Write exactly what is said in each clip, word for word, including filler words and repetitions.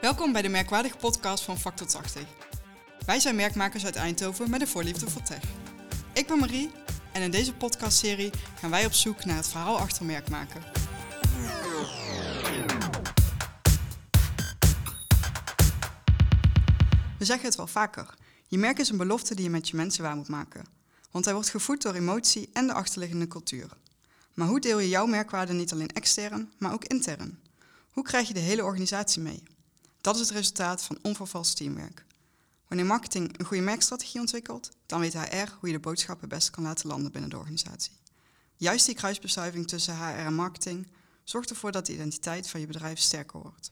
Welkom bij de merkwaardige podcast van Factor tachtig. Wij zijn merkmakers uit Eindhoven met een voorliefde voor tech. Ik ben Marie en in deze podcastserie gaan wij op zoek naar het verhaal achter merkmaken. We zeggen het wel vaker. Je merk is een belofte die je met je mensen waar moet maken. Want hij wordt gevoed door emotie en de achterliggende cultuur. Maar hoe deel je jouw merkwaarde niet alleen extern, maar ook intern? Hoe krijg je de hele organisatie mee? Dat is het resultaat van onvervalst teamwerk. Wanneer marketing een goede merkstrategie ontwikkelt, dan weet H R hoe je de boodschap het beste kan laten landen binnen de organisatie. Juist die kruisbestuiving tussen H R en marketing zorgt ervoor dat de identiteit van je bedrijf sterker wordt.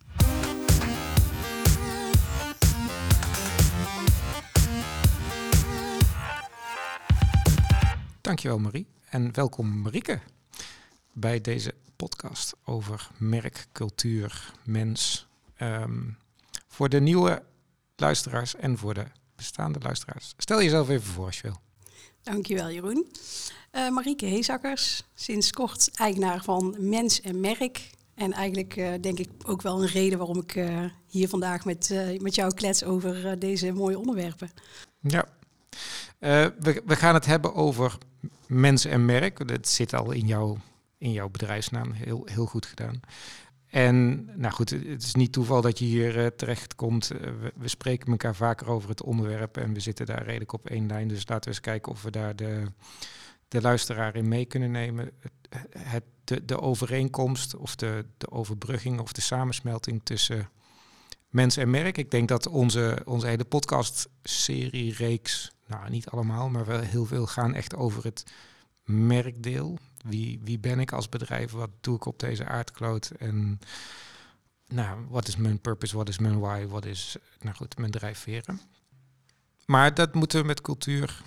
Dankjewel Marie en welkom Marieke bij deze podcast over merk, cultuur, mens. Um, voor de nieuwe luisteraars en voor de bestaande luisteraars. Stel jezelf even voor als je wil. Dankjewel Jeroen. Uh, Marieke Heesakkers, sinds kort eigenaar van Mens en Merk. En eigenlijk uh, denk ik ook wel een reden waarom ik uh, hier vandaag met, uh, met jou klets over uh, deze mooie onderwerpen. Ja, uh, we, we gaan het hebben over Mens en Merk. Dat zit al in, jou, in jouw bedrijfsnaam, heel, heel goed gedaan. En nou goed, het is niet toeval dat je hier uh, terechtkomt. Uh, we, we spreken elkaar vaker over het onderwerp en we zitten daar redelijk op één lijn. Dus laten we eens kijken of we daar de, de luisteraar in mee kunnen nemen. Het, het, de, de overeenkomst of de, de overbrugging of de samensmelting tussen mens en merk. Ik denk dat onze, onze hele podcast-serie, reeks, nou niet allemaal, maar wel heel veel gaan echt over het merkdeel. Wie, wie ben ik als bedrijf? Wat doe ik op deze aardkloot? En nou, wat is mijn purpose? Wat is mijn why? Wat is, nou goed, mijn drijfveren? Maar dat moeten we met cultuur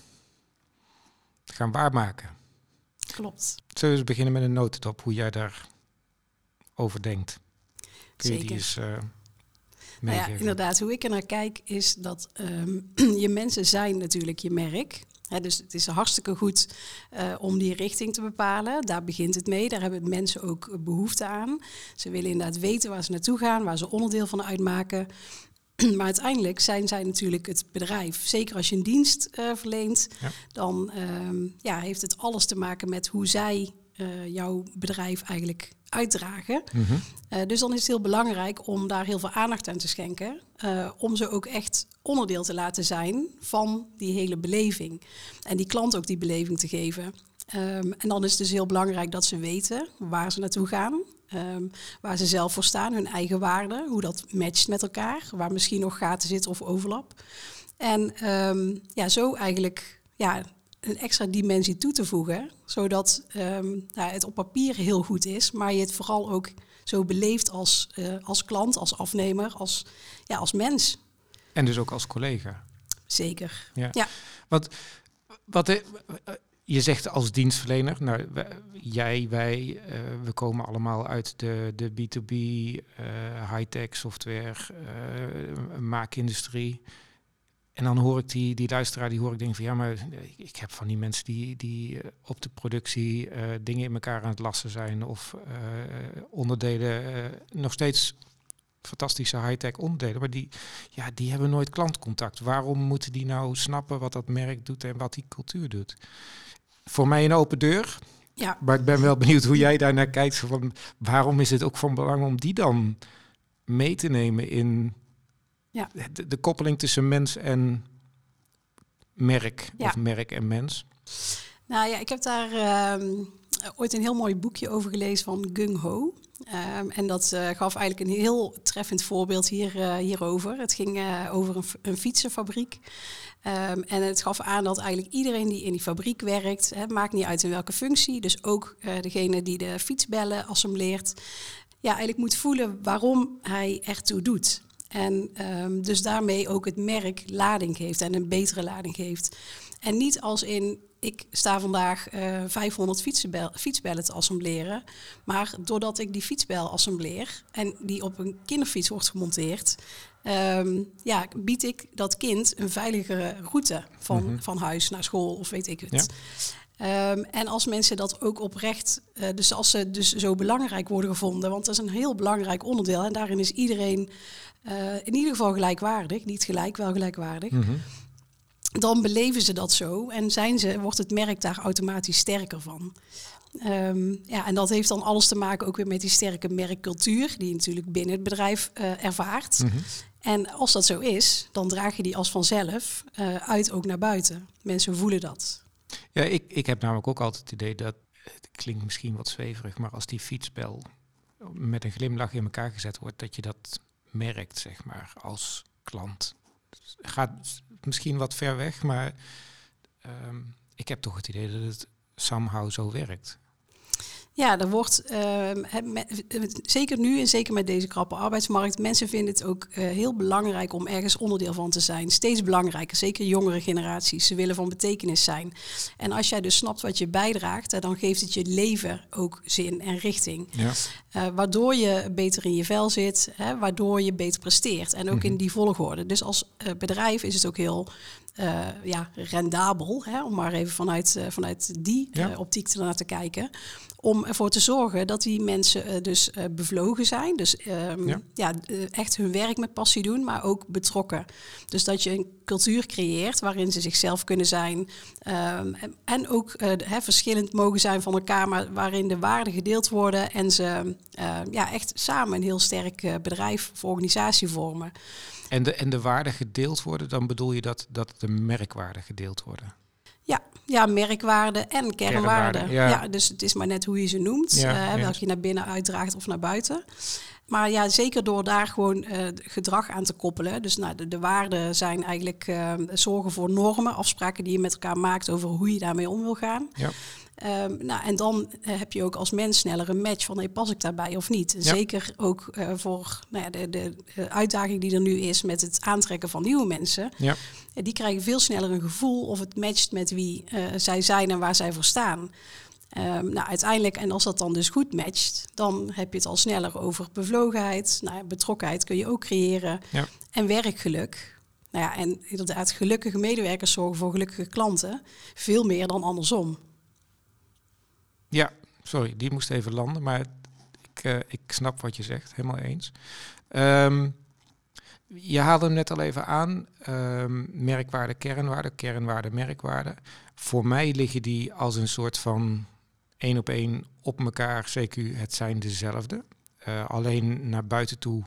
gaan waarmaken. Klopt. Zullen we eens beginnen met een notendop, hoe jij daarover denkt? Kun je Zeker. die eens uh, nou ja, inderdaad, hoe ik er naar kijk is dat um, je mensen zijn natuurlijk je merk. He, dus het is hartstikke goed uh, om die richting te bepalen. Daar begint het mee. Daar hebben mensen ook behoefte aan. Ze willen inderdaad weten waar ze naartoe gaan, waar ze onderdeel van uitmaken. Maar uiteindelijk zijn zij natuurlijk het bedrijf. Zeker als je een dienst uh, verleent, ja. dan um, ja, heeft het alles te maken met hoe zij uh, jouw bedrijf eigenlijk uitdragen. Mm-hmm. Uh, dus dan is het heel belangrijk om daar heel veel aandacht aan te schenken. Uh, om ze ook echt onderdeel te laten zijn van die hele beleving. En die klant ook die beleving te geven. Um, en dan is het dus heel belangrijk dat ze weten waar ze naartoe gaan. Um, waar ze zelf voor staan, hun eigen waarden. Hoe dat matcht met elkaar. Waar misschien nog gaten zitten of overlap. En um, ja, zo eigenlijk ja, een extra dimensie toe te voegen. Zodat um, nou, het op papier heel goed is. Maar je het vooral ook zo beleeft als, uh, als klant, als afnemer, als, ja, als mens. En dus ook als collega. Zeker, ja. ja. Want wat... Uh, Je zegt als dienstverlener, nou, wij, jij, wij, uh, we komen allemaal uit de, de B twee B, uh, high-tech software, uh, maakindustrie. En dan hoor ik die, die luisteraar, die hoor ik denken van ja, maar ik heb van die mensen die, die op de productie uh, dingen in elkaar aan het lassen zijn of uh, onderdelen, uh, nog steeds fantastische high-tech onderdelen, maar die, ja, die hebben nooit klantcontact. Waarom moeten die nou snappen wat dat merk doet en wat die cultuur doet? Voor mij een open deur. Ja. Maar ik ben wel benieuwd hoe jij daar naar kijkt. Van waarom is het ook van belang om die dan mee te nemen in ja. de, de koppeling tussen mens en merk ja. of merk en mens? Nou ja, ik heb daar uh, ooit een heel mooi boekje over gelezen van Gung Ho. Um, en dat uh, gaf eigenlijk een heel treffend voorbeeld hier, uh, hierover. Het ging uh, over een, een fietsenfabriek. Um, en het gaf aan dat eigenlijk iedereen die in die fabriek werkt, hè, maakt niet uit in welke functie, dus ook uh, degene die de fietsbellen assembleert, ja, eigenlijk moet voelen waarom hij ertoe doet. En um, dus daarmee ook het merk lading geeft en een betere lading geeft. En niet als in, ik sta vandaag uh, vijfhonderd fietsbel, fietsbellen te assembleren. Maar doordat ik die fietsbel assembleer en die op een kinderfiets wordt gemonteerd, Um, ja, bied ik dat kind een veiligere route van, mm-hmm. van huis naar school of weet ik het. Ja. Um, en als mensen dat ook oprecht, uh, dus als ze dus zo belangrijk worden gevonden, want dat is een heel belangrijk onderdeel en daarin is iedereen uh, in ieder geval gelijkwaardig, niet gelijk, wel gelijkwaardig. Mm-hmm. Dan beleven ze dat zo en zijn ze, wordt het merk daar automatisch sterker van. Um, ja, en dat heeft dan alles te maken ook weer met die sterke merkcultuur die je natuurlijk binnen het bedrijf uh, ervaart. Mm-hmm. En als dat zo is, dan draag je die als vanzelf uh, uit ook naar buiten. Mensen voelen dat. Ja, ik, ik heb namelijk ook altijd het idee dat, het klinkt misschien wat zweverig, maar als die fietsbel met een glimlach in elkaar gezet wordt, dat je dat merkt, zeg maar, als klant. Het gaat misschien wat ver weg, maar um, ik heb toch het idee dat het somehow zo werkt. Ja, er wordt, uh, met, zeker nu en zeker met deze krappe arbeidsmarkt, mensen vinden het ook uh, heel belangrijk om ergens onderdeel van te zijn. Steeds belangrijker, zeker jongere generaties. Ze willen van betekenis zijn. En als jij dus snapt wat je bijdraagt, uh, dan geeft het je leven ook zin en richting. Ja. Uh, waardoor je beter in je vel zit, hè, waardoor je beter presteert. En ook mm-hmm. in die volgorde. Dus als uh, bedrijf is het ook heel uh, ja, rendabel, hè, om maar even vanuit, uh, vanuit die ja. uh, optiek ernaar te kijken. Om ervoor te zorgen dat die mensen uh, dus uh, bevlogen zijn. Dus um, ja. Ja, uh, echt hun werk met passie doen, maar ook betrokken. Dus dat je een cultuur creëert waarin ze zichzelf kunnen zijn. Um, en, en ook uh, hè, verschillend mogen zijn van elkaar, maar waarin de waarden gedeeld worden. En ze uh, ja, echt samen een heel sterk uh, bedrijf of organisatie vormen. En de, en de waarden gedeeld worden, dan bedoel je dat, dat de merkwaarden gedeeld worden? Ja, ja, merkwaarde en kernwaarden. Kernwaarde, ja. Ja, dus het is maar net hoe je ze noemt. Ja, uh, welke je naar binnen uitdraagt of naar buiten. Maar ja, zeker door daar gewoon uh, gedrag aan te koppelen. Dus nou, de, de waarden zijn eigenlijk uh, zorgen voor normen, afspraken die je met elkaar maakt over hoe je daarmee om wil gaan. Ja. Um, nou, en dan uh, heb je ook als mens sneller een match van hey, pas ik daarbij of niet. Ja. Zeker ook uh, voor nou ja, de, de, de uitdaging die er nu is met het aantrekken van nieuwe mensen. Ja. Uh, die krijgen veel sneller een gevoel of het matcht met wie uh, zij zijn en waar zij voor staan. Um, nou, uiteindelijk, en als dat dan dus goed matcht, dan heb je het al sneller over bevlogenheid. Nou, betrokkenheid kun je ook creëren. Ja. En werkgeluk. Nou ja, en inderdaad, gelukkige medewerkers zorgen voor gelukkige klanten. Veel meer dan andersom. Ja, sorry, die moest even landen, maar ik, uh, ik snap wat je zegt, helemaal eens. Um, je haalde hem net al even aan, um, merkwaarde, kernwaarde, kernwaarde, merkwaarde. Voor mij liggen die als een soort van één op één op elkaar, C Q, het zijn dezelfde. Uh, alleen naar buiten toe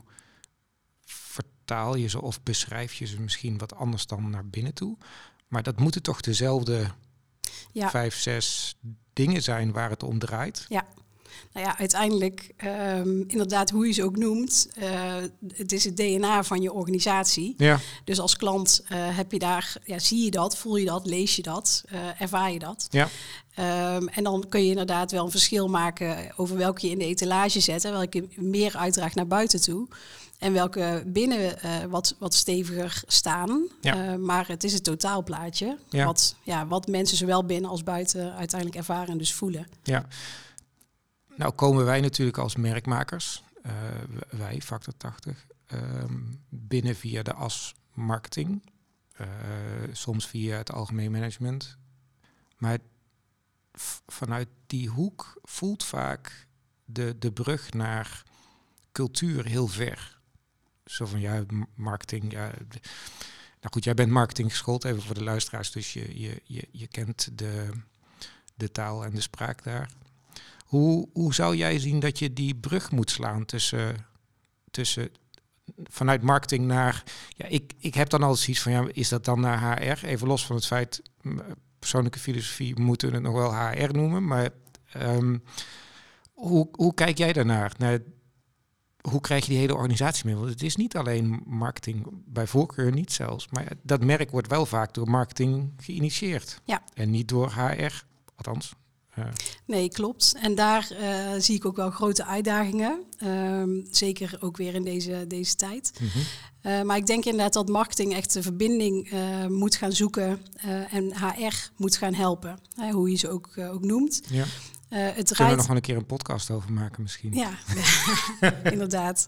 vertaal je ze of beschrijf je ze misschien wat anders dan naar binnen toe. Maar dat moeten toch dezelfde ja. vijf, zes dingen zijn waar het om draait. Ja, nou ja, uiteindelijk um, inderdaad hoe je ze ook noemt. Uh, het is het D N A van je organisatie. Ja. Dus als klant uh, heb je daar, ja, zie je dat, voel je dat, lees je dat, uh, ervaar je dat. Ja. Um, en dan kun je inderdaad wel een verschil maken over welke je in de etalage zet en welke meer uitdraagt naar buiten toe. En welke binnen uh, wat, wat steviger staan. Ja. Uh, maar het is het totaalplaatje. Ja. Wat, ja, wat mensen zowel binnen als buiten uiteindelijk ervaren en dus voelen. Ja. Nou komen wij natuurlijk als merkmakers, uh, wij, Factor tachtig, um, binnen via de as marketing. Uh, soms via het algemeen management. Maar f- vanuit die hoek voelt vaak de, de brug naar cultuur heel ver. Zo van, ja, marketing, ja. Nou goed, jij bent marketing geschoold, even voor de luisteraars, dus je, je, je, je kent de, de taal en de spraak daar. Hoe, hoe zou jij zien dat je die brug moet slaan tussen, tussen vanuit marketing naar, ja, ik, ik heb dan altijd zoiets van, ja, is dat dan naar H R? Even los van het feit, persoonlijke filosofie moeten we het nog wel H R noemen, maar um, hoe, hoe kijk jij daarnaar? Naar, hoe krijg je die hele organisatie mee? Want het is niet alleen marketing, bij voorkeur niet zelfs. Maar dat merk wordt wel vaak door marketing geïnitieerd. Ja. En niet door H R, althans. Uh. Nee, klopt. En daar uh, zie ik ook wel grote uitdagingen. Um, zeker ook weer in deze, deze tijd. Mm-hmm. Uh, maar ik denk inderdaad dat marketing echt de verbinding uh, moet gaan zoeken. Uh, en H R moet gaan helpen. Uh, hoe je ze ook, uh, ook noemt. Ja. Uh, het Kunnen rijdt... we nog wel een keer een podcast over maken misschien? Ja, inderdaad.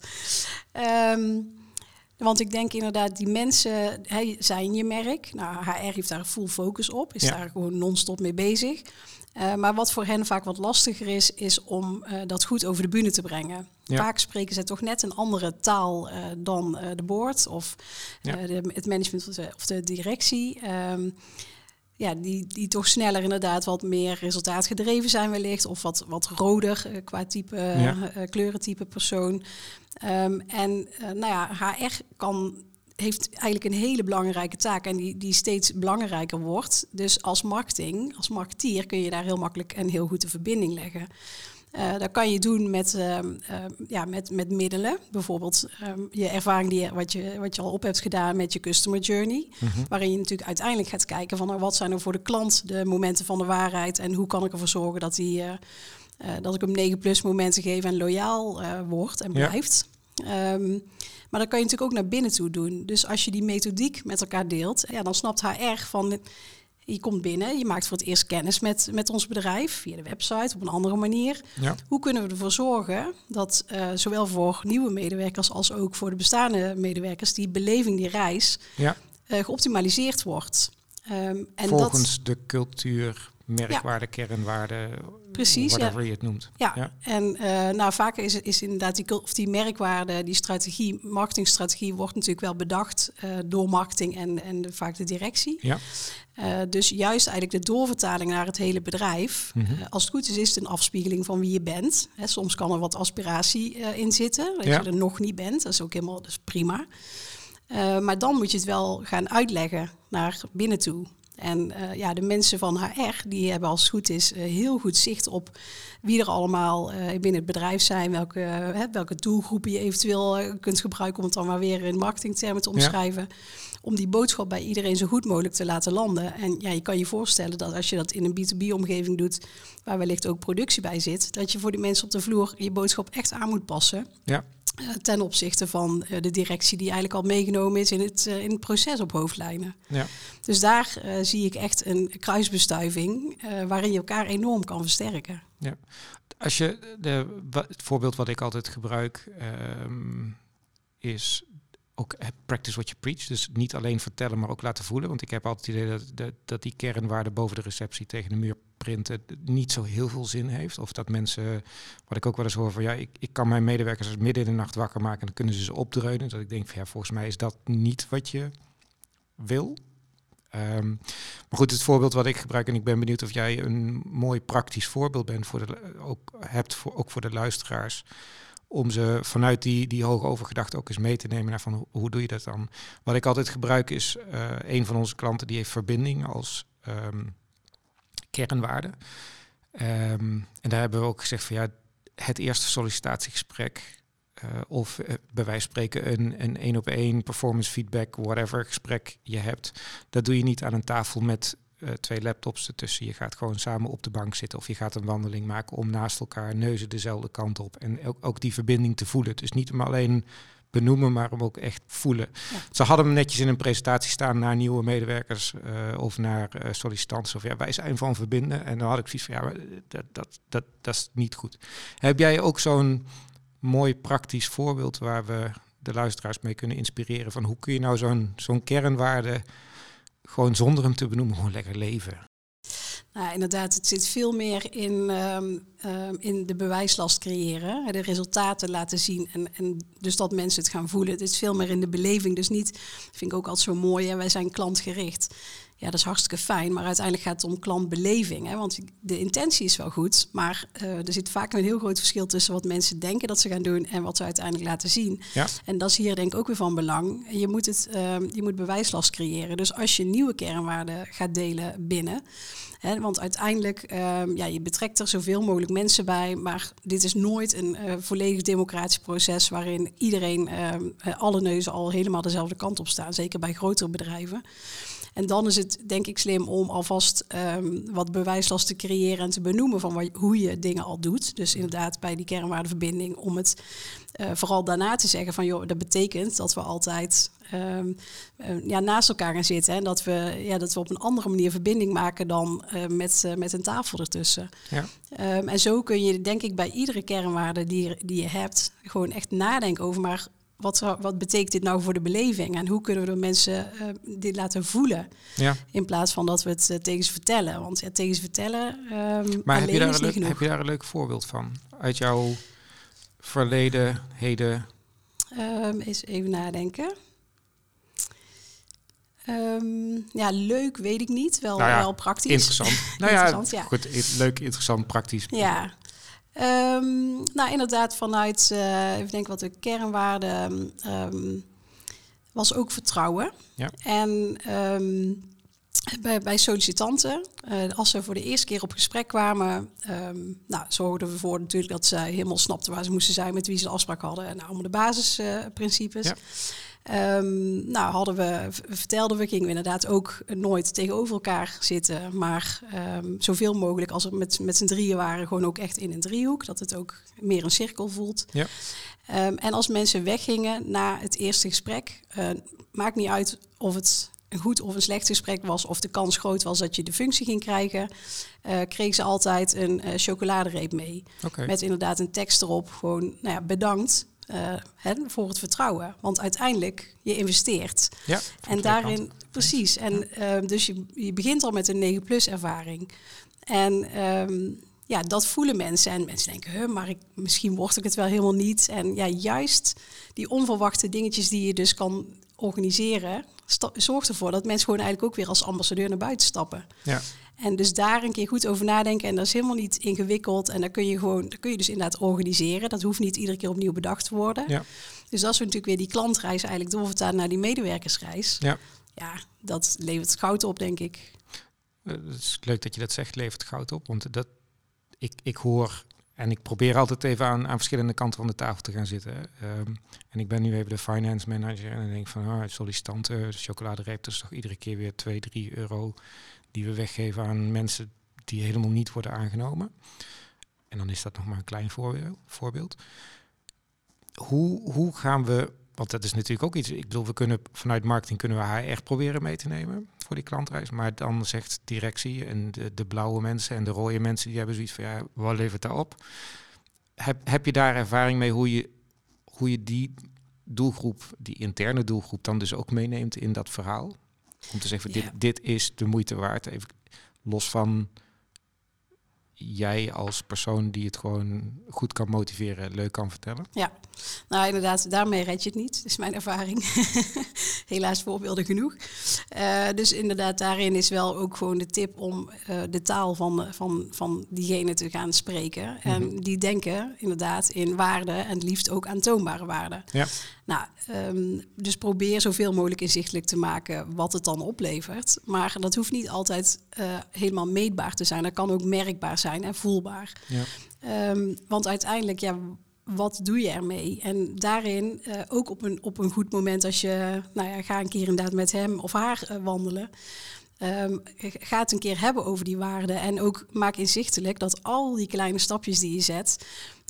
Um, want ik denk inderdaad, die mensen hey, zijn je merk. Nou, H R heeft daar full focus op. Is ja. daar gewoon non-stop mee bezig. Uh, maar wat voor hen vaak wat lastiger is, is om uh, dat goed over de bühne te brengen. Ja. Vaak spreken ze toch net een andere taal uh, dan uh, de board of uh, ja. de, het management of de, of de directie. Um, ja, die, die toch sneller inderdaad wat meer resultaatgedreven zijn wellicht. Of wat, wat roder uh, qua type, ja. uh, kleurentype persoon. Um, en uh, nou ja, H R kan... heeft eigenlijk een hele belangrijke taak en die, die steeds belangrijker wordt. Dus als marketing, als marketeer kun je daar heel makkelijk en heel goed de verbinding leggen. Uh, dat kan je doen met, uh, uh, ja, met, met middelen. Bijvoorbeeld um, je ervaring die, wat, je, wat je al op hebt gedaan met je customer journey. Mm-hmm. Waarin je natuurlijk uiteindelijk gaat kijken van nou, wat zijn er voor de klant de momenten van de waarheid en hoe kan ik ervoor zorgen dat, die, uh, uh, dat ik hem negen plus momenten geef en loyaal uh, wordt en blijft. Ja. Um, Maar dat kan je natuurlijk ook naar binnen toe doen. Dus als je die methodiek met elkaar deelt, ja, dan snapt H R van... Je komt binnen, je maakt voor het eerst kennis met, met ons bedrijf... via de website, op een andere manier. Ja. Hoe kunnen we ervoor zorgen dat uh, zowel voor nieuwe medewerkers... als ook voor de bestaande medewerkers... die beleving, die reis, ja. uh, geoptimaliseerd wordt. Um, en Volgens dat, de cultuur... merkwaarde, ja. kernwaarde, precies, whatever ja. je het noemt. Ja, ja. en uh, nou, vaak is, is inderdaad die, of die merkwaarde, die strategie, marketingstrategie wordt natuurlijk wel bedacht uh, door marketing en, en de, vaak de directie. Ja. Uh, dus juist eigenlijk de doorvertaling naar het hele bedrijf. Mm-hmm. Uh, als het goed is, is het een afspiegeling van wie je bent. Hè, soms kan er wat aspiratie uh, in zitten, dat ja. je er nog niet bent. Dat is ook helemaal, dat is prima. Uh, maar dan moet je het wel gaan uitleggen naar binnen toe. En uh, ja, de mensen van H R, die hebben als het goed is uh, heel goed zicht op wie er allemaal uh, binnen het bedrijf zijn, welke, uh, hè, welke doelgroepen je eventueel uh, kunt gebruiken om het dan maar weer in marketingtermen te omschrijven. Ja. Om die boodschap bij iedereen zo goed mogelijk te laten landen. En ja, je kan je voorstellen dat als je dat in een B twee B-omgeving doet, waar wellicht ook productie bij zit, dat je voor die mensen op de vloer je boodschap echt aan moet passen. Ja. Uh, ten opzichte van uh, de directie die eigenlijk al meegenomen is in het, uh, in het proces op hoofdlijnen. Ja. Dus daar uh, zie ik echt een kruisbestuiving uh, waarin je elkaar enorm kan versterken. Ja. Als je de, het voorbeeld wat ik altijd gebruik um, is ook practice what you preach. Dus niet alleen vertellen, maar ook laten voelen. Want ik heb altijd het idee dat, dat, dat die kernwaarde boven de receptie tegen de muur printen niet zo heel veel zin heeft. Of dat mensen, wat ik ook wel eens hoor van ja, ik, ik kan mijn medewerkers midden in de nacht wakker maken en dan kunnen ze ze opdreunen. Dat ik denk van ja, volgens mij is dat niet wat je wil. Um, maar goed, het voorbeeld wat ik gebruik, en ik ben benieuwd of jij een mooi praktisch voorbeeld bent voor de, ook hebt voor, ook voor de luisteraars. Om ze vanuit die, die hoge overgedachte ook eens mee te nemen naar van hoe, hoe doe je dat dan? Wat ik altijd gebruik is, uh, een van onze klanten die heeft verbinding als um, kernwaarde. Um, en daar hebben we ook gezegd van ja, het eerste sollicitatiegesprek uh, of uh, bij wijze van spreken een, een één op één performance feedback, whatever gesprek je hebt. Dat doe je niet aan een tafel met uh, twee laptops ertussen. Je gaat gewoon samen op de bank zitten of je gaat een wandeling maken om naast elkaar neuzen dezelfde kant op. En ook, ook die verbinding te voelen. Dus niet om alleen benoemen, maar om ook echt voelen. Ja. Ze hadden hem netjes in een presentatie staan naar nieuwe medewerkers uh, of naar uh, sollicitanten. Of ja, wij zijn van verbinden. En dan had ik zoiets van ja, dat, dat, dat, dat is niet goed. Heb jij ook zo'n mooi praktisch voorbeeld waar we de luisteraars mee kunnen inspireren van hoe kun je nou zo'n, zo'n kernwaarde gewoon zonder hem te benoemen gewoon lekker leven? Nou, inderdaad, het zit veel meer in, um, um, in de bewijslast creëren. De resultaten laten zien en, en dus dat mensen het gaan voelen. Het is veel meer in de beleving. Dus niet, vind ik ook altijd zo mooi, hè? Wij zijn klantgericht. Ja, dat is hartstikke fijn, maar uiteindelijk gaat het om klantbeleving. Hè? Want de intentie is wel goed, maar uh, er zit vaak een heel groot verschil tussen wat mensen denken dat ze gaan doen en wat ze uiteindelijk laten zien. Ja. En dat is hier denk ik ook weer van belang. Je moet, het, uh, je moet bewijslast creëren. Dus als je nieuwe kernwaarden gaat delen binnen, hè, want uiteindelijk, uh, ja, je betrekt er zoveel mogelijk mensen bij, maar dit is nooit een uh, volledig democratisch proces waarin iedereen, uh, alle neuzen al helemaal dezelfde kant op staan, zeker bij grotere bedrijven. En dan is het denk ik slim om alvast um, wat bewijslast te creëren en te benoemen van wat, hoe je dingen al doet. Dus inderdaad bij die kernwaardeverbinding om het uh, vooral daarna te zeggen van joh, dat betekent dat we altijd um, uh, ja, naast elkaar gaan zitten. En dat we, ja, dat we op een andere manier verbinding maken dan uh, met, uh, met een tafel ertussen. Ja. Um, en zo kun je denk ik bij iedere kernwaarde die, die je hebt gewoon echt nadenken over maar wat, wat betekent dit nou voor de beleving? En hoe kunnen we de mensen uh, dit laten voelen? Ja. In plaats van dat we het uh, tegen ze vertellen. Want ja, tegen ze vertellen um, maar heb je, daar is een leuk, niet heb je daar een leuk voorbeeld van? Uit jouw verleden, heden? Um, eens even nadenken. Um, ja, leuk weet ik niet. Wel, nou ja, wel praktisch. Interessant. nou interessant, ja, ja, goed. Leuk, interessant, praktisch. Ja. Um, nou, inderdaad, vanuit, uh, even denken wat de kernwaarden um, was ook vertrouwen. Ja. En um, bij, bij sollicitanten, uh, als ze voor de eerste keer op gesprek kwamen, um, nou, zorgden we voor natuurlijk dat ze helemaal snapten waar ze moesten zijn, met wie ze een afspraak hadden. En nou, om de basisprincipes. Uh, ja. Um, nou, hadden we, vertelden we, gingen we inderdaad ook nooit tegenover elkaar zitten, maar um, zoveel mogelijk als er met, met z'n drieën waren, gewoon ook echt in een driehoek, dat het ook meer een cirkel voelt. Ja. Um, en als mensen weggingen na het eerste gesprek, uh, maakt niet uit of het een goed of een slecht gesprek was, of de kans groot was dat je de functie ging krijgen, uh, kreeg ze altijd een uh, chocoladereep mee. Okay. Met inderdaad een tekst erop, gewoon nou ja, bedankt. Uh, hè, voor het vertrouwen. Want uiteindelijk, je investeert. Ja, en daarin, precies. En ja. uh, dus je, je begint al met een negen plus ervaring. En um, ja, dat voelen mensen. En mensen denken, huh, maar ik, misschien word ik het wel helemaal niet. En ja, juist die onverwachte dingetjes die je dus kan organiseren, sta- zorgt ervoor dat mensen gewoon eigenlijk ook weer als ambassadeur naar buiten stappen. Ja. En dus daar een keer goed over nadenken. En dat is helemaal niet ingewikkeld. En dan kun je gewoon, dan kun je dus inderdaad organiseren. Dat hoeft niet iedere keer opnieuw bedacht te worden. Ja. Dus als we natuurlijk weer die klantreis eigenlijk doorvertalen naar die medewerkersreis. Ja. Ja, dat levert goud op, denk ik. Uh, het is leuk dat je dat zegt, levert goud op. Want dat, ik, ik hoor, en ik probeer altijd even aan, aan verschillende kanten van de tafel te gaan zitten. Um, en ik ben nu even de finance manager. En dan denk ik van, oh, sollicitanten, de chocoladereep, dat is toch iedere keer weer twee, drie euro... die we weggeven aan mensen die helemaal niet worden aangenomen. En dan is dat nog maar een klein voorbeeld. Hoe, hoe gaan we, want dat is natuurlijk ook iets, ik bedoel, we kunnen vanuit marketing kunnen we H R proberen mee te nemen voor die klantreis. Maar dan zegt directie en de, de blauwe mensen en de rode mensen, die hebben zoiets van, ja, wat levert daar op? Heb, heb je daar ervaring mee hoe je, hoe je die doelgroep, die interne doelgroep, dan dus ook meeneemt in dat verhaal? Om te zeggen, dit, ja. dit is de moeite waard. Even los van jij als persoon die het gewoon goed kan motiveren, leuk kan vertellen. Ja, nou inderdaad, daarmee red je het niet. Dat is mijn ervaring. Helaas voorbeelden genoeg. Uh, dus inderdaad, daarin is wel ook gewoon de tip om uh, de taal van, van, van diegene te gaan spreken. Mm-hmm. En die denken inderdaad in waarden en het liefst ook aantoonbare waarden. Ja. Nou, um, dus probeer zoveel mogelijk inzichtelijk te maken wat het dan oplevert. Maar dat hoeft niet altijd uh, helemaal meetbaar te zijn. Dat kan ook merkbaar zijn en voelbaar. Ja. Um, want uiteindelijk, ja, wat doe je ermee? En daarin, uh, ook op een, op een goed moment als je, nou ja, ga een keer inderdaad met hem of haar uh, wandelen. Um, ga het een keer hebben over die waarden. En ook maak inzichtelijk dat al die kleine stapjes die je zet,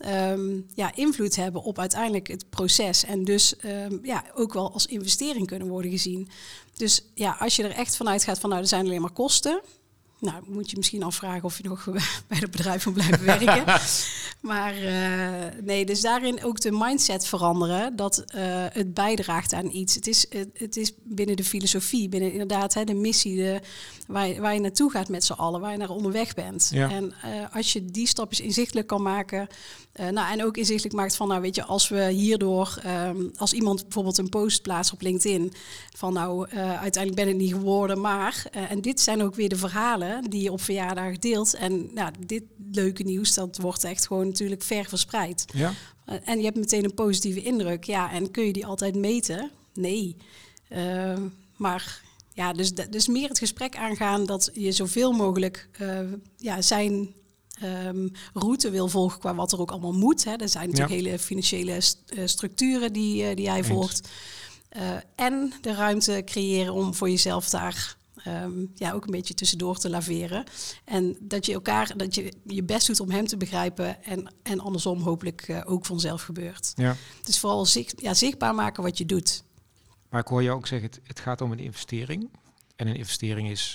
Um, ja, invloed hebben op uiteindelijk het proces. En dus um, ja, ook wel als investering kunnen worden gezien. Dus ja, als je er echt vanuit gaat van nou, er zijn alleen maar kosten. Nou, moet je misschien afvragen of je nog bij het bedrijf wil blijven werken. Maar uh, nee, dus daarin ook de mindset veranderen. Dat uh, het bijdraagt aan iets. Het is, het, het is binnen de filosofie, binnen inderdaad hè, de missie, de, waar, je, waar je naartoe gaat met z'n allen, waar je naar onderweg bent. Ja. En uh, als je die stapjes inzichtelijk kan maken. Uh, nou, en ook inzichtelijk maakt van, nou weet je, als we hierdoor, um, als iemand bijvoorbeeld een post plaatst op LinkedIn, van nou, uh, uiteindelijk ben ik niet geworden, maar, uh, en dit zijn ook weer de verhalen die je op verjaardag deelt. En nou, dit leuke nieuws, dat wordt echt gewoon natuurlijk ver verspreid. Ja. Uh, en je hebt meteen een positieve indruk. Ja, en kun je die altijd meten? Nee. Uh, maar ja, dus, dus meer het gesprek aangaan dat je zoveel mogelijk uh, ja, zijn um, route wil volgen qua wat er ook allemaal moet. Hè. Er zijn natuurlijk ja. hele financiële st- uh, structuren die, uh, die jij Eens. volgt. Uh, en de ruimte creëren om voor jezelf daar Um, ja, ook een beetje tussendoor te laveren. En dat je elkaar, dat je je best doet om hem te begrijpen en, en andersom hopelijk uh, ook vanzelf gebeurt. Ja. Dus vooral zicht, ja, zichtbaar maken wat je doet. Maar ik hoor je ook zeggen, het, het gaat om een investering. En een investering is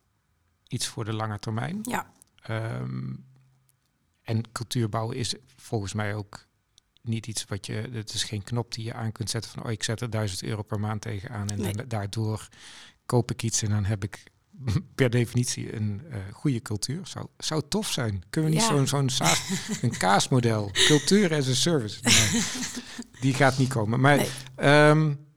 iets voor de lange termijn. Ja. Um, en cultuur bouwen is volgens mij ook niet iets wat je... Het is geen knop die je aan kunt zetten van... oh, ik zet er duizend euro per maand tegenaan... en Nee. dan, daardoor koop ik iets... en dan heb ik per definitie een uh, goede cultuur. Zou, zou tof zijn. Kunnen we niet ja. zo'n, zo'n saas, een kaasmodel... cultuur as a service... Nee, die gaat niet komen. Maar nee. um,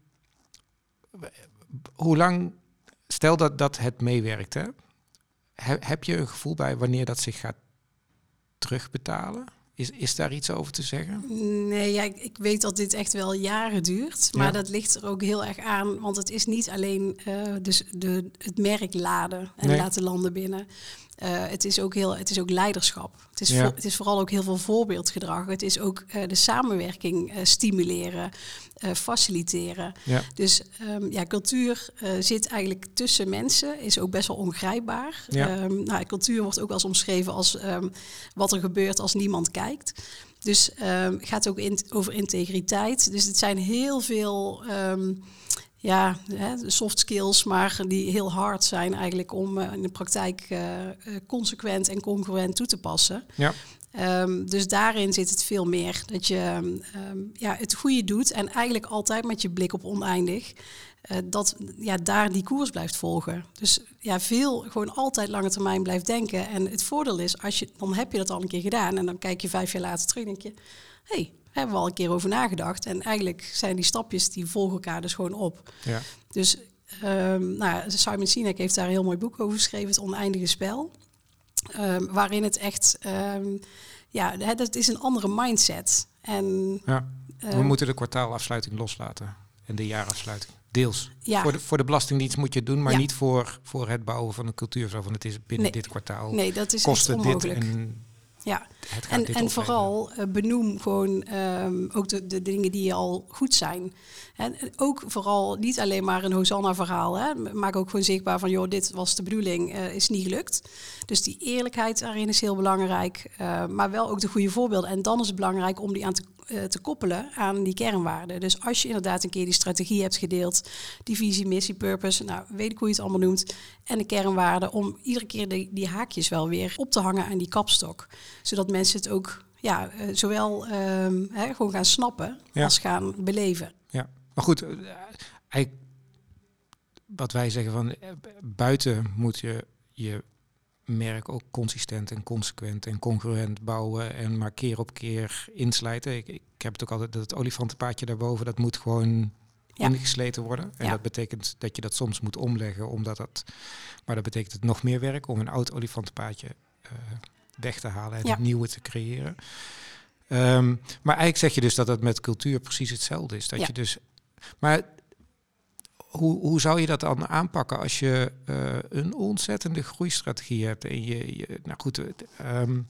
hoe lang... Stel dat, dat het meewerkt, hè? He, heb je een gevoel bij wanneer dat zich gaat terugbetalen? Is, is daar iets over te zeggen? Nee, ja, ik, ik weet dat dit echt wel jaren duurt. Maar ja. dat ligt er ook heel erg aan. Want het is niet alleen uh, dus de, het merk laden en nee. laten landen binnen. Uh, het is ook heel, het is ook leiderschap. Het is, ja. vo, het is vooral ook heel veel voorbeeldgedrag. Het is ook uh, de samenwerking uh, stimuleren, uh, faciliteren. Ja. Dus um, ja, cultuur uh, zit eigenlijk tussen mensen, is ook best wel ongrijpbaar. Ja. Um, nou, cultuur wordt ook wel eens omschreven als um, wat er gebeurt als niemand kijkt. Dus um, gaat ook in, over integriteit. Dus het zijn heel veel... Um, Ja, hè, soft skills, maar die heel hard zijn eigenlijk om uh, in de praktijk uh, consequent en congruent toe te passen. Ja. Um, dus daarin zit het veel meer dat je um, ja, het goede doet en eigenlijk altijd met je blik op oneindig. Uh, dat ja, daar die koers blijft volgen. Dus ja, veel gewoon altijd lange termijn blijft denken. En het voordeel is, als je, dan heb je dat al een keer gedaan en dan kijk je vijf jaar later terug en denk je, hé, hey, hebben we al een keer over nagedacht. En eigenlijk zijn die stapjes, die volgen elkaar dus gewoon op. Ja. Dus um, nou, Simon Sinek heeft daar een heel mooi boek over geschreven, Het Oneindige Spel. Um, waarin het echt, um, ja, dat is een andere mindset. En, ja. We um, moeten de kwartaalafsluiting loslaten en de jaarafsluiting. Deels. Ja. Voor, de, voor de Belastingdienst moet je het doen, maar ja. niet voor, voor het bouwen van een cultuur. Zo van het is binnen nee. dit kwartaal. Nee, dat is echt onmogelijk. Dit en, Ja, en, en vooral uh, benoem gewoon um, ook de, de dingen die al goed zijn. En ook vooral niet alleen maar een Hosanna-verhaal. Hè. Maak ook gewoon zichtbaar van, joh, dit was de bedoeling, uh, is niet gelukt. Dus die eerlijkheid daarin is heel belangrijk. Uh, maar wel ook de goede voorbeelden. En dan is het belangrijk om die aan te, uh, te koppelen aan die kernwaarden. Dus als je inderdaad een keer die strategie hebt gedeeld, die visie, missie, purpose, nou, weet ik hoe je het allemaal noemt, en de kernwaarden, om iedere keer die, die haakjes wel weer op te hangen aan die kapstok. Zodat mensen het ook ja, uh, zowel um, hè, gewoon gaan snappen ja. als gaan beleven. Ja, maar goed, uh, eigenlijk wat wij zeggen van uh, buiten moet je je merk ook consistent en consequent en congruent bouwen en maar keer op keer inslijten. Ik, ik heb het ook altijd dat het olifantenpaadje daarboven, dat moet gewoon ja. ingesleten worden. En ja. dat betekent dat je dat soms moet omleggen, omdat dat, maar dat betekent het nog meer werk om een oud olifantenpaadje uh, weg te halen en ja. het nieuwe te creëren. Um, maar eigenlijk zeg je dus dat het met cultuur precies hetzelfde is. Dat ja. je dus, maar hoe, hoe zou je dat dan aanpakken als je uh, een ontzettende groeistrategie hebt en je, je nou goed, um,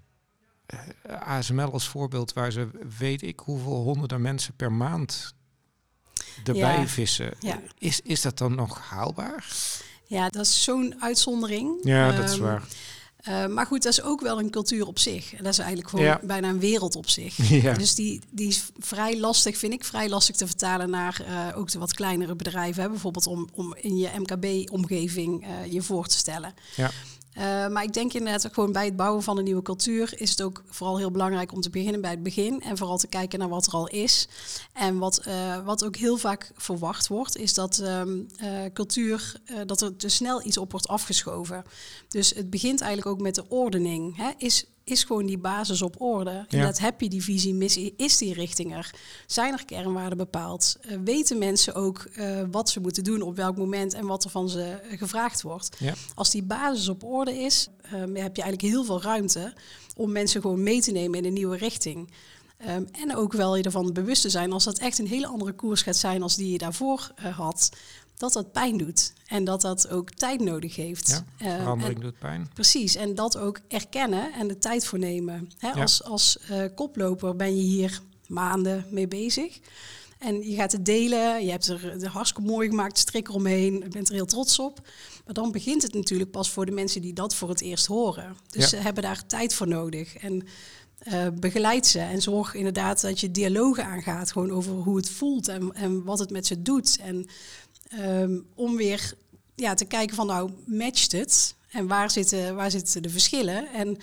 A S M L als voorbeeld waar ze weet ik hoeveel honderden mensen per maand erbij ja. vissen. Ja. Is, is dat dan nog haalbaar? Ja, dat is zo'n uitzondering. Ja, um, dat is waar. Uh, maar goed, dat is ook wel een cultuur op zich. En dat is eigenlijk gewoon ja. bijna een wereld op zich. Ja. Dus die, die is vrij lastig, vind ik, vrij lastig te vertalen naar uh, ook de wat kleinere bedrijven. Hè? Bijvoorbeeld om, om in je M K B-omgeving uh, je voor te stellen. Ja. Uh, maar ik denk inderdaad ook gewoon bij het bouwen van een nieuwe cultuur is het ook vooral heel belangrijk om te beginnen bij het begin. En vooral te kijken naar wat er al is. En wat, uh, wat ook heel vaak verwacht wordt, is dat um, uh, cultuur, uh, dat er te snel iets op wordt afgeschoven. Dus het begint eigenlijk ook met de ordening. Hè? Is, is gewoon die basis op orde. Ja. Dat heb je die visie, missie, is die richting er? Zijn er kernwaarden bepaald? Uh, weten mensen ook uh, wat ze moeten doen op welk moment en wat er van ze uh, gevraagd wordt? Ja. Als die basis op orde is, uh, heb je eigenlijk heel veel ruimte om mensen gewoon mee te nemen in een nieuwe richting. Um, en ook wel je ervan bewust te zijn als dat echt een hele andere koers gaat zijn als die je daarvoor uh, had, dat dat pijn doet en dat dat ook tijd nodig heeft. Ja, verandering uh, doet pijn. Precies, en dat ook erkennen en de tijd voor nemen. Hè, ja. Als, als uh, koploper ben je hier maanden mee bezig. En je gaat het delen, je hebt er de hartstikke mooi gemaakt, strik eromheen, je bent er heel trots op. Maar dan begint het natuurlijk pas voor de mensen die dat voor het eerst horen. Dus ja. ze hebben daar tijd voor nodig. En uh, begeleid ze en zorg inderdaad dat je dialogen aangaat, gewoon over hoe het voelt en, en wat het met ze doet. En Um, om weer ja, te kijken van nou, matcht het? En waar zitten, waar zitten de verschillen? En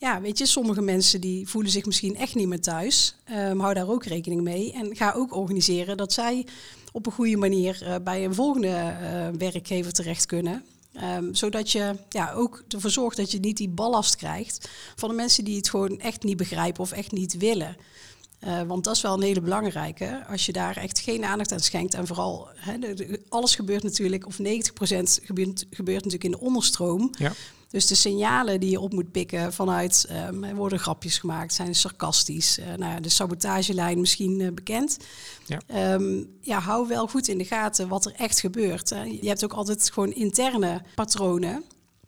ja, weet je, sommige mensen die voelen zich misschien echt niet meer thuis. Um, hou daar ook rekening mee. En ga ook organiseren dat zij op een goede manier uh, bij een volgende uh, werkgever terecht kunnen. Um, zodat je ja, ook ervoor zorgt dat je niet die ballast krijgt van de mensen die het gewoon echt niet begrijpen of echt niet willen. Uh, want dat is wel een hele belangrijke. Als je daar echt geen aandacht aan schenkt en vooral hè, de, de, alles gebeurt natuurlijk, of negentig procent gebeurt, gebeurt natuurlijk in de onderstroom. Ja. Dus de signalen die je op moet pikken vanuit, um, er worden grapjes gemaakt, zijn sarcastisch. Uh, nou ja, de sabotagelijn misschien uh, bekend. Ja. Um, ja, hou wel goed in de gaten wat er echt gebeurt. Hè. Je hebt ook altijd gewoon interne patronen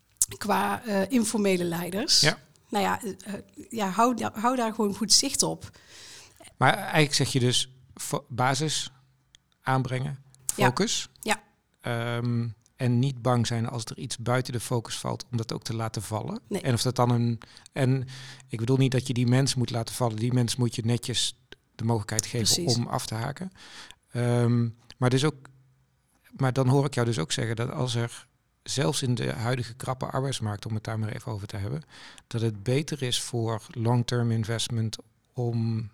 qua uh, informele leiders. Ja. Nou ja, uh, ja hou, hou daar gewoon goed zicht op. Maar eigenlijk zeg je dus fo- basis aanbrengen, focus. Ja. ja. Um, en niet bang zijn als er iets buiten de focus valt, om dat ook te laten vallen. Nee. En of dat dan een. En ik bedoel niet dat je die mens moet laten vallen. Die mens moet je netjes de mogelijkheid geven Precies. om af te haken. Um, maar dus ook. Maar dan hoor ik jou dus ook zeggen dat als er zelfs in de huidige krappe arbeidsmarkt, om het daar maar even over te hebben, dat het beter is voor long-term investment om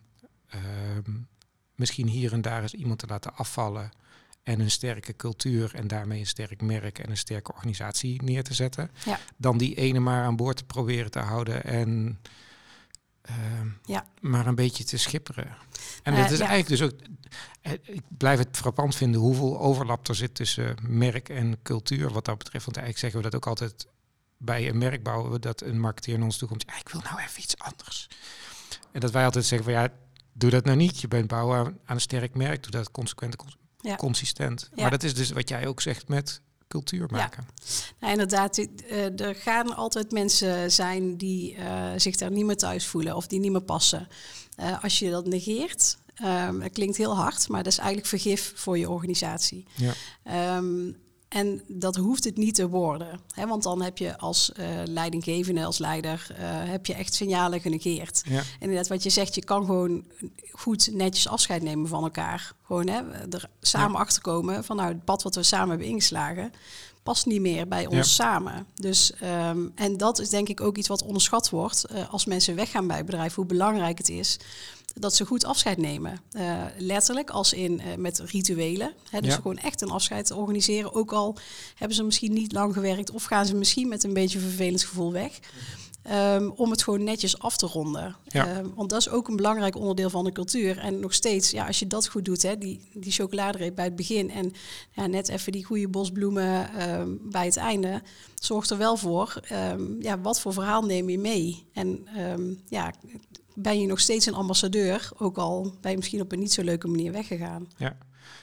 um, misschien hier en daar eens iemand te laten afvallen en een sterke cultuur en daarmee een sterk merk en een sterke organisatie neer te zetten, ja. dan die ene maar aan boord te proberen te houden en uh, ja. maar een beetje te schipperen. En uh, dat is ja. eigenlijk dus ook, ik blijf het frappant vinden hoeveel overlap er zit tussen merk en cultuur wat dat betreft. Want eigenlijk zeggen we dat ook altijd bij een merk bouwen we dat een marketeer naar ons toe komt. Ja, ik wil nou even iets anders. En dat wij altijd zeggen van ja, doe dat nou niet. Je bent bouwen aan, aan een sterk merk, doe dat consequent, ja. consistent. Ja. Maar dat is dus wat jij ook zegt met cultuur maken. Ja. Nou, inderdaad, uh, er gaan altijd mensen zijn die uh, zich daar niet meer thuis voelen of die niet meer passen. Uh, als je dat negeert, um, het klinkt heel hard, maar dat is eigenlijk vergif voor je organisatie. Ja. Um, En dat hoeft het niet te worden. Hè? Want dan heb je als uh, leidinggevende, als leider, uh, heb je echt signalen genegeerd. Ja. En inderdaad, wat je zegt, je kan gewoon goed netjes afscheid nemen van elkaar. Gewoon hè, er samen ja. achter komen van nou, het pad wat we samen hebben ingeslagen past niet meer bij ons ja. samen. Dus, um, en dat is denk ik ook iets wat onderschat wordt uh, als mensen weggaan bij het bedrijf, hoe belangrijk het is dat ze goed afscheid nemen. Uh, letterlijk, als in uh, met rituelen. Hè, dus ja. gewoon echt een afscheid te organiseren. Ook al hebben ze misschien niet lang gewerkt of gaan ze misschien met een beetje een vervelend gevoel weg. Um, om het gewoon netjes af te ronden. Ja. Um, want dat is ook een belangrijk onderdeel van de cultuur. En nog steeds, ja, als je dat goed doet, hè, die, die chocoladereep bij het begin en ja, net even die goede bosbloemen um, bij het einde, zorgt er wel voor, um, ja, wat voor verhaal neem je mee? En um, ja, ben je nog steeds een ambassadeur, ook al ben je misschien op een niet zo leuke manier weggegaan. Ja.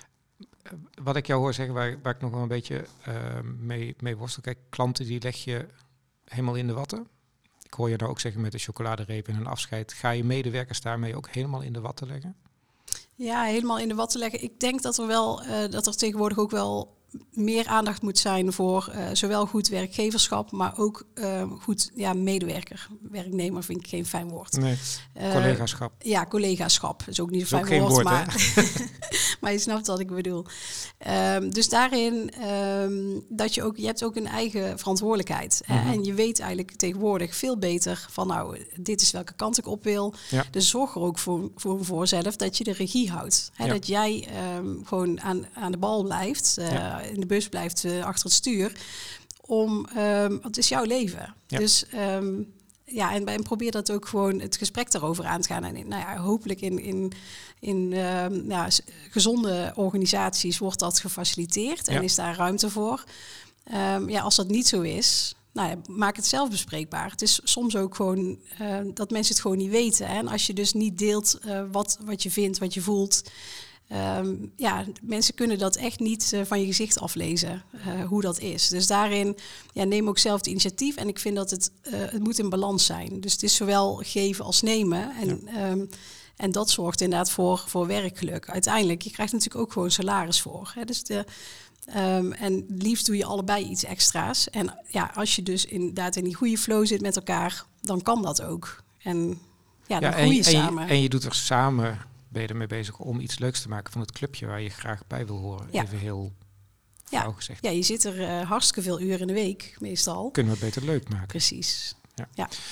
Wat ik jou hoor zeggen, waar, waar ik nog wel een beetje uh, mee, mee worstel, kijk, klanten die leg je helemaal in de watten. Ik hoor je nou ook zeggen met de chocoladereep en een afscheid. Ga je medewerkers daarmee ook helemaal in de watten leggen? Ja, helemaal in de watten leggen. Ik denk dat er wel, uh, dat er tegenwoordig ook wel meer aandacht moet zijn voor uh, zowel goed werkgeverschap, maar ook uh, goed ja, medewerker. Werknemer vind ik geen fijn woord. Nee, uh, collegaschap. Ja, collegaschap is ook niet een fijn woord, woord, maar, maar je snapt wat ik bedoel. Um, dus daarin, um, dat je ook, je hebt ook een eigen verantwoordelijkheid. Mm-hmm. Hè? En je weet eigenlijk tegenwoordig veel beter van nou, dit is welke kant ik op wil. Ja. Dus zorg er ook voor, voor, voor zelf dat je de regie houdt. Hè? Ja. Dat jij um, gewoon aan, aan de bal blijft. Uh, ja. in de bus blijft uh, achter het stuur. Om, um, het is jouw leven. Ja. Dus um, ja, en, en probeer dat ook gewoon het gesprek daarover aan te gaan. En nou ja, hopelijk in, in, in um, ja, gezonde organisaties wordt dat gefaciliteerd en ja. is daar ruimte voor. Um, ja, als dat niet zo is, nou ja, maak het zelf bespreekbaar. Het is soms ook gewoon uh, dat mensen het gewoon niet weten. Hè? En als je dus niet deelt uh, wat, wat je vindt, wat je voelt. Um, ja, mensen kunnen dat echt niet uh, van je gezicht aflezen, uh, hoe dat is. Dus daarin ja, neem ook zelf het initiatief. En ik vind dat het, uh, het moet in balans zijn. Dus het is zowel geven als nemen. En, ja. um, en dat zorgt inderdaad voor, voor werkgeluk. Uiteindelijk, je krijgt natuurlijk ook gewoon salaris voor. Hè? Dus de, um, en liefst doe je allebei iets extra's. En ja, als je dus inderdaad in die goede flow zit met elkaar, dan kan dat ook. En ja, dan ja, groei je en, samen. En je, en je doet er samen... ben je ermee bezig om iets leuks te maken van het clubje waar je graag bij wil horen. Ja. Even heel flauw ja. gezegd. Ja, je zit er uh, hartstikke veel uren in de week, meestal. Kunnen we het beter leuk maken. Precies. Ja. Ja.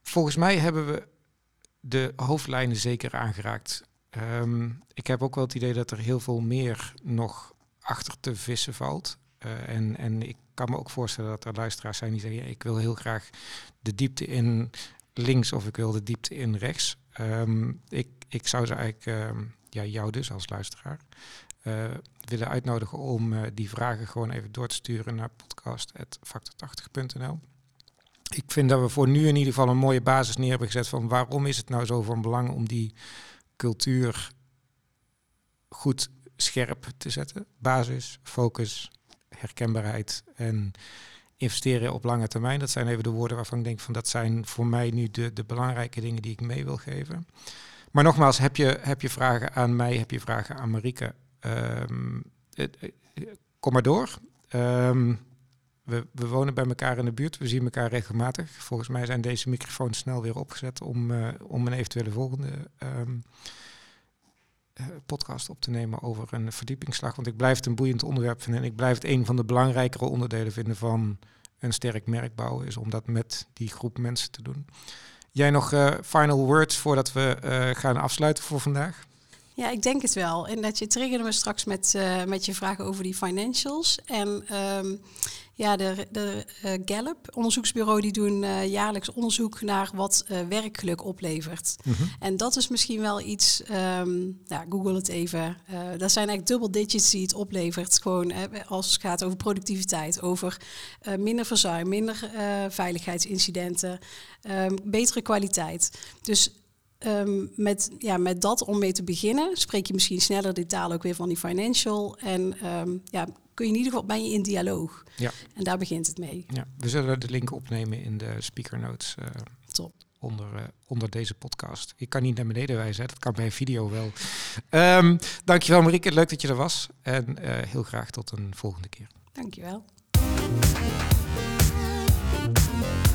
volgens mij hebben we de hoofdlijnen zeker aangeraakt. Um, ik heb ook wel het idee dat er heel veel meer nog achter te vissen valt. Uh, en, en ik kan me ook voorstellen dat er luisteraars zijn die zeggen... Ja, ik wil heel graag de diepte in links of ik wil de diepte in rechts. Um, ik, ik zou ze eigenlijk, um, ja, jou dus als luisteraar... Uh, willen uitnodigen om uh, die vragen gewoon even door te sturen naar podcast at factor tachtig punt n l. Ik vind dat we voor nu in ieder geval een mooie basis neer hebben gezet van waarom is het nou zo van belang om die cultuur goed scherp te zetten. Basis, focus, herkenbaarheid en investeren op lange termijn. Dat zijn even de woorden waarvan ik denk van dat zijn voor mij nu de, de belangrijke dingen die ik mee wil geven. Maar nogmaals, heb je, heb je vragen aan mij, heb je vragen aan Marieke? Um, uh, uh, kom maar door. Um, we, we wonen bij elkaar in de buurt, we zien elkaar regelmatig. Volgens mij zijn deze microfoons snel weer opgezet om, uh, om een eventuele volgende um, uh, podcast op te nemen over een verdiepingsslag. Want ik blijf het een boeiend onderwerp vinden en ik blijf het een van de belangrijkere onderdelen vinden van een sterk merk bouwen, is om dat met die groep mensen te doen. Jij nog uh, final words voordat we uh, gaan afsluiten voor vandaag? Ja, ik denk het wel. En dat je triggerde me straks met, uh, met je vragen over die financials. En um, ja, de, de uh, Gallup, onderzoeksbureau, die doen uh, jaarlijks onderzoek naar wat uh, werkgeluk oplevert. Mm-hmm. En dat is misschien wel iets, um, ja, Google het even. Uh, dat zijn eigenlijk double digits die het oplevert. Gewoon uh, als het gaat over productiviteit, over uh, minder verzuim, minder uh, veiligheidsincidenten, um, betere kwaliteit. Dus Um, met, ja, met dat om mee te beginnen, spreek je misschien sneller de taal ook weer van die financial. En um, ja, kun je in ieder geval, ben je in dialoog. Ja. En daar begint het mee. Ja, we zullen de link opnemen in de speaker notes uh, Top. Onder, uh, onder deze podcast. Ik kan niet naar beneden wijzen, dat kan bij video wel. Um, dankjewel Marieke, leuk dat je er was. En uh, heel graag tot een volgende keer. Dankjewel.